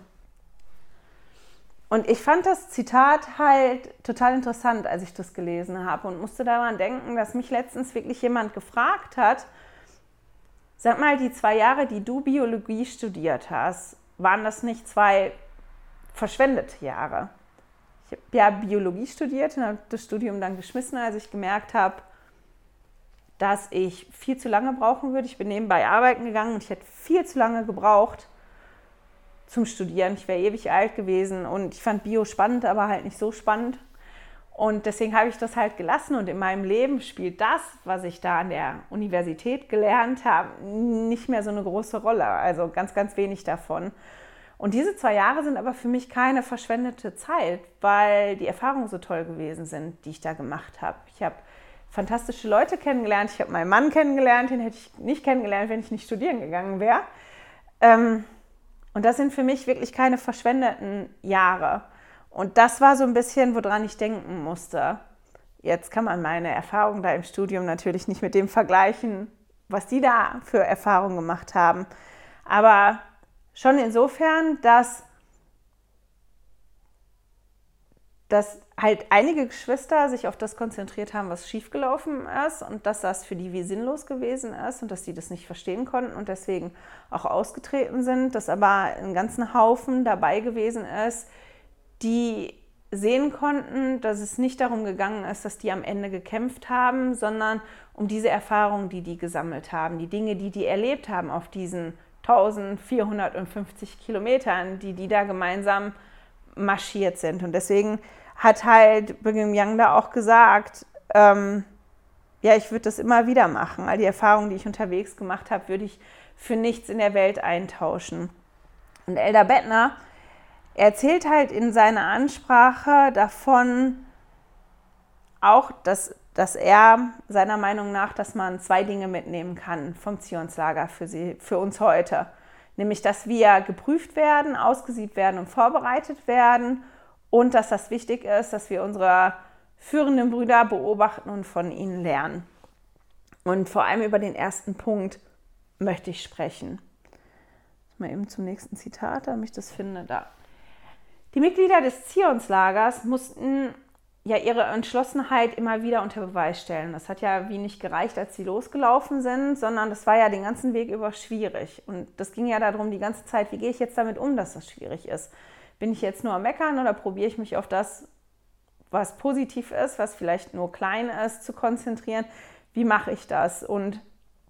Und ich fand das Zitat halt total interessant, als ich das gelesen habe und musste daran denken, dass mich letztens wirklich jemand gefragt hat, sag mal, die zwei Jahre, die du Biologie studiert hast, waren das nicht zwei verschwendete Jahre? Ich habe ja Biologie studiert und habe das Studium dann geschmissen, als ich gemerkt habe, dass ich viel zu lange brauchen würde. Ich bin nebenbei arbeiten gegangen und ich hätte viel zu lange gebraucht zum Studieren. Ich wäre ewig alt gewesen und ich fand Bio spannend, aber halt nicht so spannend. Und deswegen habe ich das halt gelassen und in meinem Leben spielt das, was ich da an der Universität gelernt habe, nicht mehr so eine große Rolle. Also ganz, ganz wenig davon. Und diese zwei Jahre sind aber für mich keine verschwendete Zeit, weil die Erfahrungen so toll gewesen sind, die ich da gemacht habe. Ich habe fantastische Leute kennengelernt. Ich habe meinen Mann kennengelernt, den hätte ich nicht kennengelernt, wenn ich nicht studieren gegangen wäre. Ähm, und das sind für mich wirklich keine verschwendeten Jahre. Und das war so ein bisschen, woran ich denken musste. Jetzt kann man meine Erfahrungen da im Studium natürlich nicht mit dem vergleichen, was die da für Erfahrungen gemacht haben. Aber schon insofern, dass, dass halt einige Geschwister sich auf das konzentriert haben, was schiefgelaufen ist und dass das für die wie sinnlos gewesen ist und dass die das nicht verstehen konnten und deswegen auch ausgetreten sind, dass aber ein ganzen Haufen dabei gewesen ist, die sehen konnten, dass es nicht darum gegangen ist, dass die am Ende gekämpft haben, sondern um diese Erfahrungen, die die gesammelt haben, die Dinge, die die erlebt haben auf diesen eintausendvierhundertfünfzig Kilometern, die die da gemeinsam marschiert sind. Und deswegen hat halt Brigham Young da auch gesagt, ähm, ja, ich würde das immer wieder machen. All die Erfahrungen, die ich unterwegs gemacht habe, würde ich für nichts in der Welt eintauschen. Und Elder Bettner erzählt halt in seiner Ansprache davon auch, dass, dass er seiner Meinung nach, dass man zwei Dinge mitnehmen kann vom Zionslager für, sie, für uns heute. Nämlich, dass wir geprüft werden, ausgesiebt werden und vorbereitet werden und dass das wichtig ist, dass wir unsere führenden Brüder beobachten und von ihnen lernen. Und vor allem über den ersten Punkt möchte ich sprechen. Mal eben zum nächsten Zitat, damit ich das finde, da. Die Mitglieder des Zionslagers mussten ja ihre Entschlossenheit immer wieder unter Beweis stellen. Das hat ja wie nicht gereicht, als sie losgelaufen sind, sondern das war ja den ganzen Weg über schwierig. Und das ging ja darum, die ganze Zeit, wie gehe ich jetzt damit um, dass das schwierig ist? Bin ich jetzt nur am Meckern oder probiere ich mich auf das, was positiv ist, was vielleicht nur klein ist, zu konzentrieren? Wie mache ich das? Und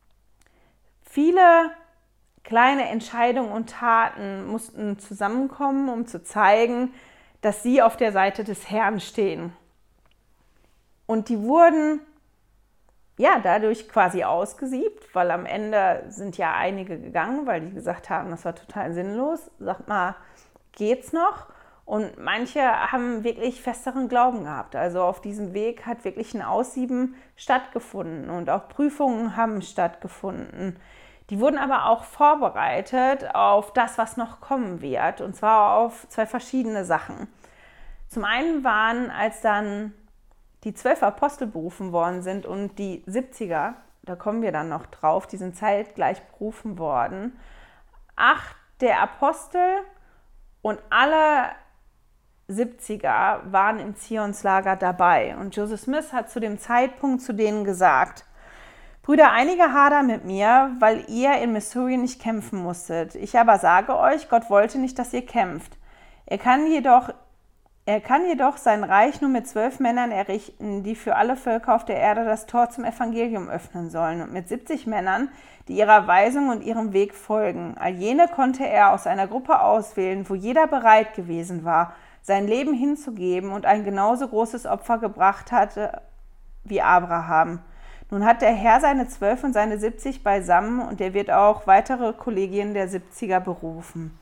viele kleine Entscheidungen und Taten mussten zusammenkommen, um zu zeigen, dass sie auf der Seite des Herrn stehen. Und die wurden ja dadurch quasi ausgesiebt, weil am Ende sind ja einige gegangen, weil die gesagt haben, das war total sinnlos. Sagt mal, geht's noch? Und manche haben wirklich festeren Glauben gehabt. Also auf diesem Weg hat wirklich ein Aussieben stattgefunden und auch Prüfungen haben stattgefunden. Die wurden aber auch vorbereitet auf das, was noch kommen wird, und zwar auf zwei verschiedene Sachen. Zum einen waren, als dann die zwölf Apostel berufen worden sind und die siebziger, da kommen wir dann noch drauf, die sind zeitgleich berufen worden, acht der Apostel und alle siebziger waren im Zionslager dabei. Und Joseph Smith hat zu dem Zeitpunkt zu denen gesagt: Brüder, einige hadern mit mir, weil ihr in Missouri nicht kämpfen musstet. Ich aber sage euch, Gott wollte nicht, dass ihr kämpft. Er kann jedoch, er kann jedoch sein Reich nur mit zwölf Männern errichten, die für alle Völker auf der Erde das Tor zum Evangelium öffnen sollen, und mit siebzig Männern, die ihrer Weisung und ihrem Weg folgen. All jene konnte er aus einer Gruppe auswählen, wo jeder bereit gewesen war, sein Leben hinzugeben und ein genauso großes Opfer gebracht hatte wie Abraham. Nun hat der Herr seine zwölf und seine siebzig beisammen und er wird auch weitere Kollegien der siebziger berufen.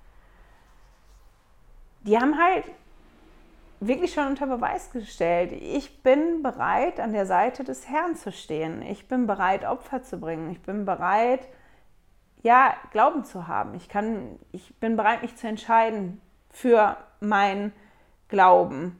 Die haben halt wirklich schon unter Beweis gestellt, ich bin bereit, an der Seite des Herrn zu stehen. Ich bin bereit, Opfer zu bringen. Ich bin bereit, ja, Glauben zu haben. Ich kann, ich bin bereit, mich zu entscheiden für meinen Glauben.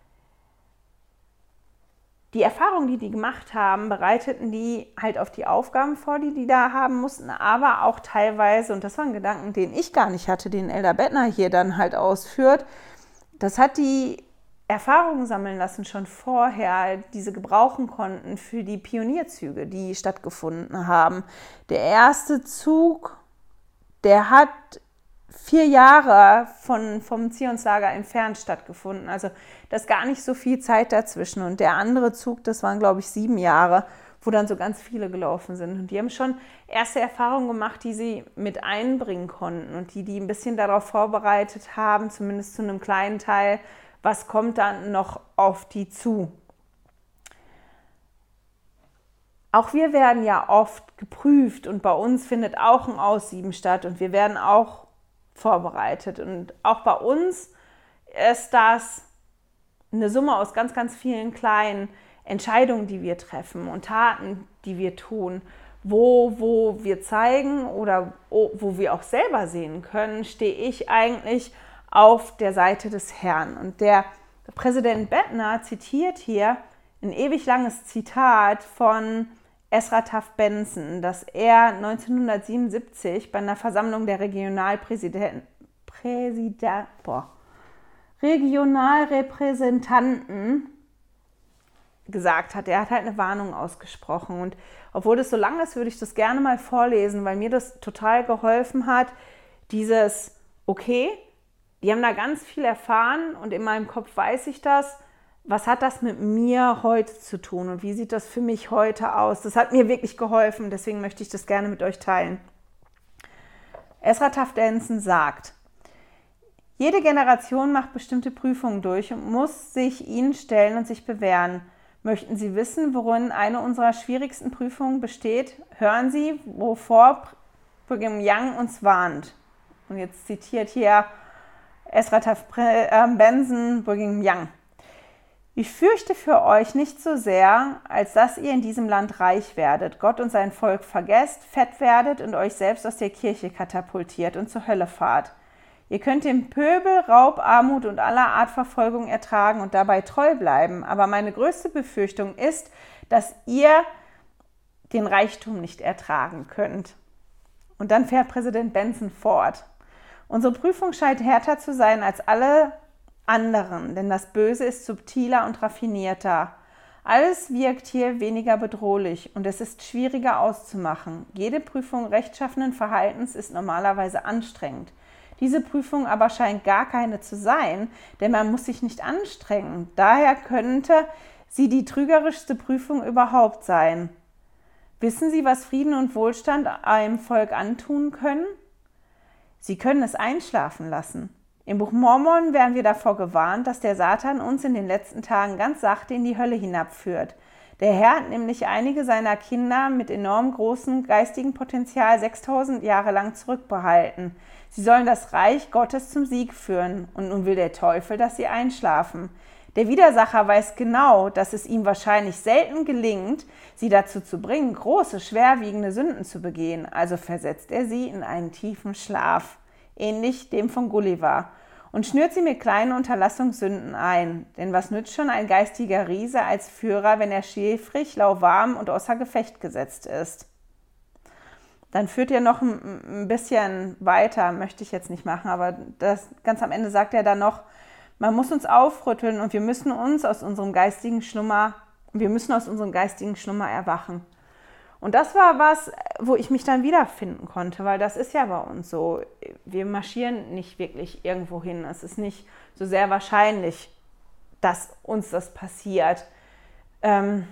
Die Erfahrungen, die die gemacht haben, bereiteten die halt auf die Aufgaben vor, die die da haben mussten, aber auch teilweise, und das war ein Gedanken, den ich gar nicht hatte, den Elder Bettner hier dann halt ausführt, das hat die Erfahrungen sammeln lassen schon vorher, die sie gebrauchen konnten für die Pionierzüge, die stattgefunden haben. Der erste Zug, der hat vier Jahre von, vom Zionslager entfernt stattgefunden. Also da ist gar nicht so viel Zeit dazwischen. Und der andere Zug, das waren, glaube ich, sieben Jahre, wo dann so ganz viele gelaufen sind. Und die haben schon erste Erfahrungen gemacht, die sie mit einbringen konnten und die die ein bisschen darauf vorbereitet haben, zumindest zu einem kleinen Teil, was kommt dann noch auf die zu. Auch wir werden ja oft geprüft und bei uns findet auch ein Aussieben statt und wir werden auch vorbereitet. Und auch bei uns ist das eine Summe aus ganz, ganz vielen kleinen Entscheidungen, die wir treffen und Taten, die wir tun, wo, wo wir zeigen oder wo wir auch selber sehen können, stehe ich eigentlich auf der Seite des Herrn. Und der Präsident Bettner zitiert hier ein ewig langes Zitat von Ezra Taft Benson, dass er neunzehnhundertsiebenundsiebzig bei einer Versammlung der Regionalpräsident, Präsident, boah, Regionalrepräsentanten gesagt hat. Er hat halt eine Warnung ausgesprochen. Und obwohl das so lang ist, würde ich das gerne mal vorlesen, weil mir das total geholfen hat, dieses, okay, die haben da ganz viel erfahren und in meinem Kopf weiß ich das. Was hat das mit mir heute zu tun und wie sieht das für mich heute aus? Das hat mir wirklich geholfen, deswegen möchte ich das gerne mit euch teilen. Ezra Taft Benson sagt, jede Generation macht bestimmte Prüfungen durch und muss sich ihnen stellen und sich bewähren. Möchten Sie wissen, worin eine unserer schwierigsten Prüfungen besteht? Hören Sie, wovor Brigham Young uns warnt. Und jetzt zitiert hier Ezra Taft Benson Brigham Young. Ich fürchte für euch nicht so sehr, als dass ihr in diesem Land reich werdet, Gott und sein Volk vergesst, fett werdet und euch selbst aus der Kirche katapultiert und zur Hölle fahrt. Ihr könnt den Pöbel, Raub, Armut und aller Art Verfolgung ertragen und dabei treu bleiben. Aber meine größte Befürchtung ist, dass ihr den Reichtum nicht ertragen könnt. Und dann fährt Präsident Benson fort. Unsere Prüfung scheint härter zu sein als alle anderen, denn das Böse ist subtiler und raffinierter. Alles wirkt hier weniger bedrohlich und es ist schwieriger auszumachen. Jede Prüfung rechtschaffenen Verhaltens ist normalerweise anstrengend. Diese Prüfung aber scheint gar keine zu sein, denn man muss sich nicht anstrengen. Daher könnte sie die trügerischste Prüfung überhaupt sein. Wissen Sie, was Frieden und Wohlstand einem Volk antun können? Sie können es einschlafen lassen. Im Buch Mormon werden wir davor gewarnt, dass der Satan uns in den letzten Tagen ganz sachte in die Hölle hinabführt. Der Herr hat nämlich einige seiner Kinder mit enorm großem geistigen Potenzial sechstausend Jahre lang zurückbehalten. Sie sollen das Reich Gottes zum Sieg führen und nun will der Teufel, dass sie einschlafen. Der Widersacher weiß genau, dass es ihm wahrscheinlich selten gelingt, sie dazu zu bringen, große, schwerwiegende Sünden zu begehen. Also versetzt er sie in einen tiefen Schlaf, ähnlich dem von Gulliver, und schnürt sie mit kleinen Unterlassungssünden ein. Denn was nützt schon ein geistiger Riese als Führer, wenn er schläfrig, lauwarm und außer Gefecht gesetzt ist? Dann führt er noch ein bisschen weiter, möchte ich jetzt nicht machen, aber das, ganz am Ende sagt er dann noch, man muss uns aufrütteln und wir müssen uns aus unserem geistigen Schlummer, wir müssen aus unserem geistigen Schlummer erwachen. Und das war was, wo ich mich dann wiederfinden konnte, weil das ist ja bei uns so. Wir marschieren nicht wirklich irgendwo hin. Es ist nicht so sehr wahrscheinlich, dass uns das passiert. Ähm,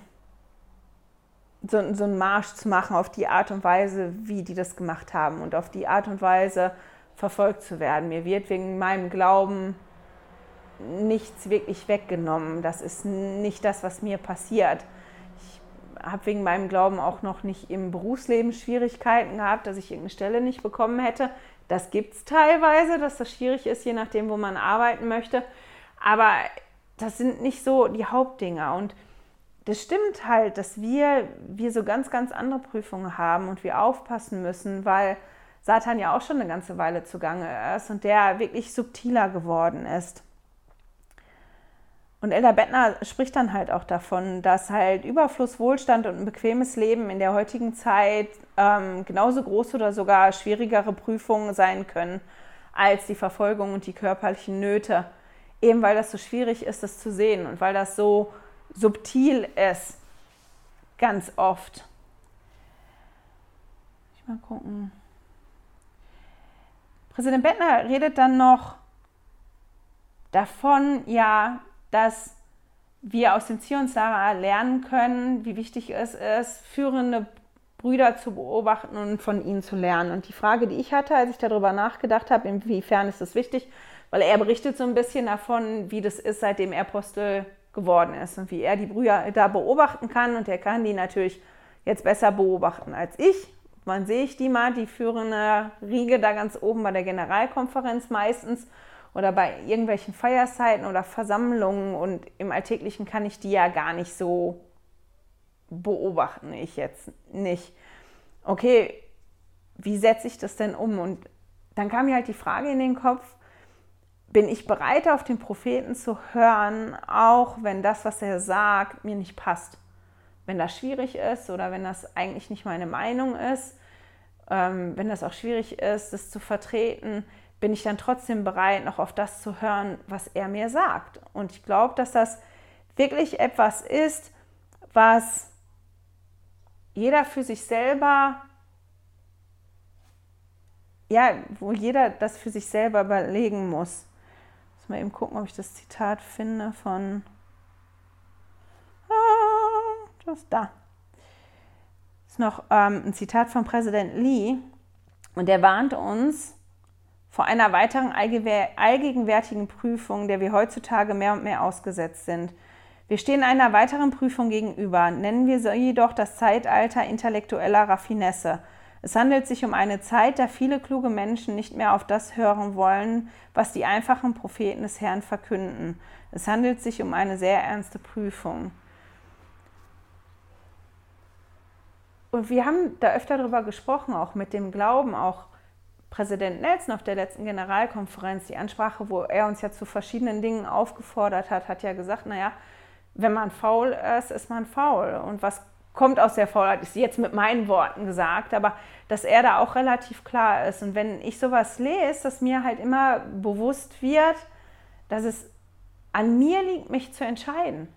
so, so einen Marsch zu machen auf die Art und Weise, wie die das gemacht haben und auf die Art und Weise verfolgt zu werden. Mir wird wegen meinem Glauben nichts wirklich weggenommen. Das ist nicht das, was mir passiert. Ich habe wegen meinem Glauben auch noch nicht im Berufsleben Schwierigkeiten gehabt, dass ich irgendeine Stelle nicht bekommen hätte. Das gibt es teilweise, dass das schwierig ist, je nachdem, wo man arbeiten möchte. Aber das sind nicht so die Hauptdinger. Und das stimmt halt, dass wir, wir so ganz, ganz andere Prüfungen haben und wir aufpassen müssen, weil Satan ja auch schon eine ganze Weile zugange ist und der wirklich subtiler geworden ist. Und Elder Bettner spricht dann halt auch davon, dass halt Überfluss, Wohlstand und ein bequemes Leben in der heutigen Zeit ähm, genauso große oder sogar schwierigere Prüfungen sein können als die Verfolgung und die körperlichen Nöte. Eben weil das so schwierig ist, das zu sehen und weil das so subtil ist, ganz oft. Ich mal gucken. Präsident Bettner redet dann noch davon, ja, dass wir aus dem Zionslara lernen können, wie wichtig es ist, führende Brüder zu beobachten und von ihnen zu lernen. Und die Frage, die ich hatte, als ich darüber nachgedacht habe, inwiefern ist das wichtig, weil er berichtet so ein bisschen davon, wie das ist, seitdem er Apostel geworden ist und wie er die Brüder da beobachten kann. Und er kann die natürlich jetzt besser beobachten als ich. Wann sehe ich die mal? Die führende Riege da ganz oben bei der Generalkonferenz meistens oder bei irgendwelchen Feierzeiten oder Versammlungen. Und im Alltäglichen kann ich die ja gar nicht so beobachten, ich jetzt nicht. Okay, wie setze ich das denn um? Und dann kam mir halt die Frage in den Kopf, bin ich bereit, auf den Propheten zu hören, auch wenn das, was er sagt, mir nicht passt? wenn das schwierig ist oder wenn das eigentlich nicht meine Meinung ist, ähm, wenn das auch schwierig ist, das zu vertreten, bin ich dann trotzdem bereit, noch auf das zu hören, was er mir sagt. Und ich glaube, dass das wirklich etwas ist, was jeder für sich selber, ja, wo jeder das für sich selber überlegen muss. Ich muss mal eben gucken, ob ich das Zitat finde von, ah, das ist da. Das ist noch ähm, ein Zitat von Präsident Lee und der warnt uns vor einer weiteren allgegenwärtigen Prüfung, der wir heutzutage mehr und mehr ausgesetzt sind. Wir stehen einer weiteren Prüfung gegenüber, nennen wir sie jedoch das Zeitalter intellektueller Raffinesse. Es handelt sich um eine Zeit, da viele kluge Menschen nicht mehr auf das hören wollen, was die einfachen Propheten des Herrn verkünden. Es handelt sich um eine sehr ernste Prüfung. Und wir haben da öfter darüber gesprochen, auch mit dem Glauben, auch Präsident Nelson auf der letzten Generalkonferenz, die Ansprache, wo er uns ja zu verschiedenen Dingen aufgefordert hat, hat ja gesagt, naja, wenn man faul ist, ist man faul. Und was kommt aus der Faulheit, ist jetzt mit meinen Worten gesagt, aber dass er da auch relativ klar ist. Und wenn ich sowas lese, dass mir halt immer bewusst wird, dass es an mir liegt, mich zu entscheiden.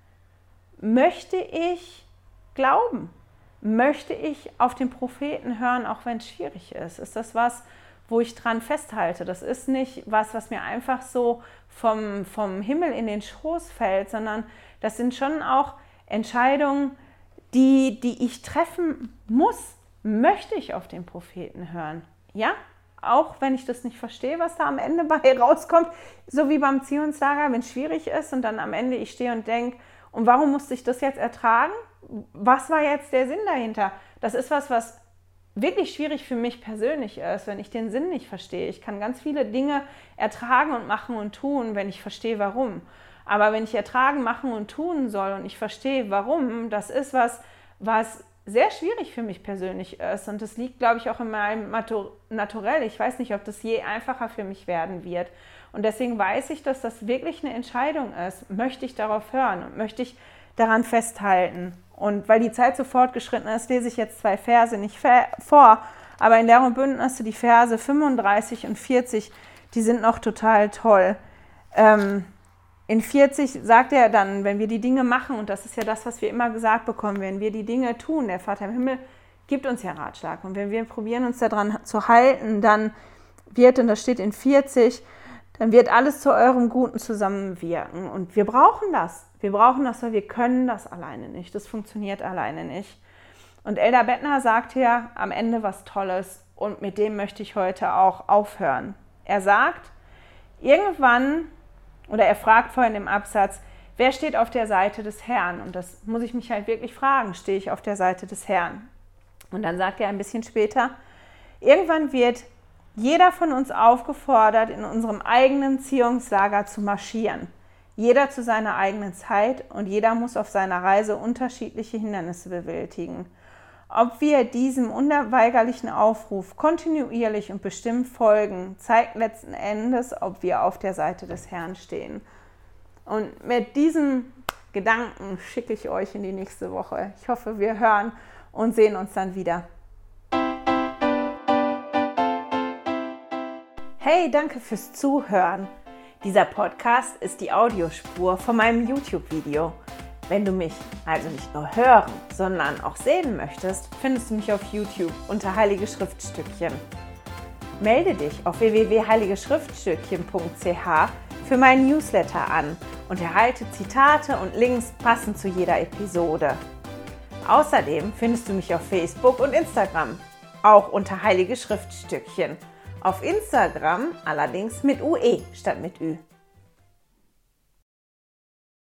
Möchte ich glauben? Möchte ich auf den Propheten hören, auch wenn es schwierig ist? Ist das was, wo ich dran festhalte? Das ist nicht was, was mir einfach so vom, vom Himmel in den Schoß fällt, sondern das sind schon auch Entscheidungen, die, die ich treffen muss. Möchte ich auf den Propheten hören? Ja, auch wenn ich das nicht verstehe, was da am Ende bei rauskommt, so wie beim Zionslager, wenn es schwierig ist und dann am Ende ich stehe und denke, und warum musste ich das jetzt ertragen? Was war jetzt der Sinn dahinter? Das ist was, was wirklich schwierig für mich persönlich ist, wenn ich den Sinn nicht verstehe. Ich kann ganz viele Dinge ertragen und machen und tun, wenn ich verstehe, warum. Aber wenn ich ertragen, machen und tun soll und ich verstehe, warum, das ist was, was sehr schwierig für mich persönlich ist. Und das liegt, glaube ich, auch in meinem Naturell. Ich weiß nicht, ob das je einfacher für mich werden wird. Und deswegen weiß ich, dass das wirklich eine Entscheidung ist. Möchte ich darauf hören und möchte ich daran festhalten? Und weil die Zeit so fortgeschritten ist, lese ich jetzt zwei Verse nicht vor. Aber in der und Bündnisse, die Verse fünfunddreißig und vierzig, die sind noch total toll. Ähm, in vierzig sagt er dann, wenn wir die Dinge machen, und das ist ja das, was wir immer gesagt bekommen, wenn wir die Dinge tun, der Vater im Himmel gibt uns ja Ratschlag. Und wenn wir probieren, uns daran zu halten, dann wird, und das steht in vierzig, dann wird alles zu eurem Guten zusammenwirken. Und wir brauchen das. Wir brauchen das, weil wir können das alleine nicht. Das funktioniert alleine nicht. Und Elder Bettner sagt ja am Ende was Tolles und mit dem möchte ich heute auch aufhören. Er sagt, irgendwann, oder er fragt vorhin im Absatz, wer steht auf der Seite des Herrn? Und das muss ich mich halt wirklich fragen, stehe ich auf der Seite des Herrn? Und dann sagt er ein bisschen später, irgendwann wird jeder von uns aufgefordert, in unserem eigenen Ziehungslager zu marschieren. Jeder zu seiner eigenen Zeit und jeder muss auf seiner Reise unterschiedliche Hindernisse bewältigen. Ob wir diesem unweigerlichen Aufruf kontinuierlich und bestimmt folgen, zeigt letzten Endes, ob wir auf der Seite des Herrn stehen. Und mit diesem Gedanken schicke ich euch in die nächste Woche. Ich hoffe, wir hören und sehen uns dann wieder. Hey, danke fürs Zuhören. Dieser Podcast ist die Audiospur von meinem YouTube-Video. Wenn du mich also nicht nur hören, sondern auch sehen möchtest, findest du mich auf YouTube unter Heilige Schriftstückchen. Melde dich auf w w w punkt heilige schriftstückchen punkt c h für meinen Newsletter an und erhalte Zitate und Links passend zu jeder Episode. Außerdem findest du mich auf Facebook und Instagram, auch unter Heilige Schriftstückchen. Auf Instagram allerdings mit U E statt mit Ü.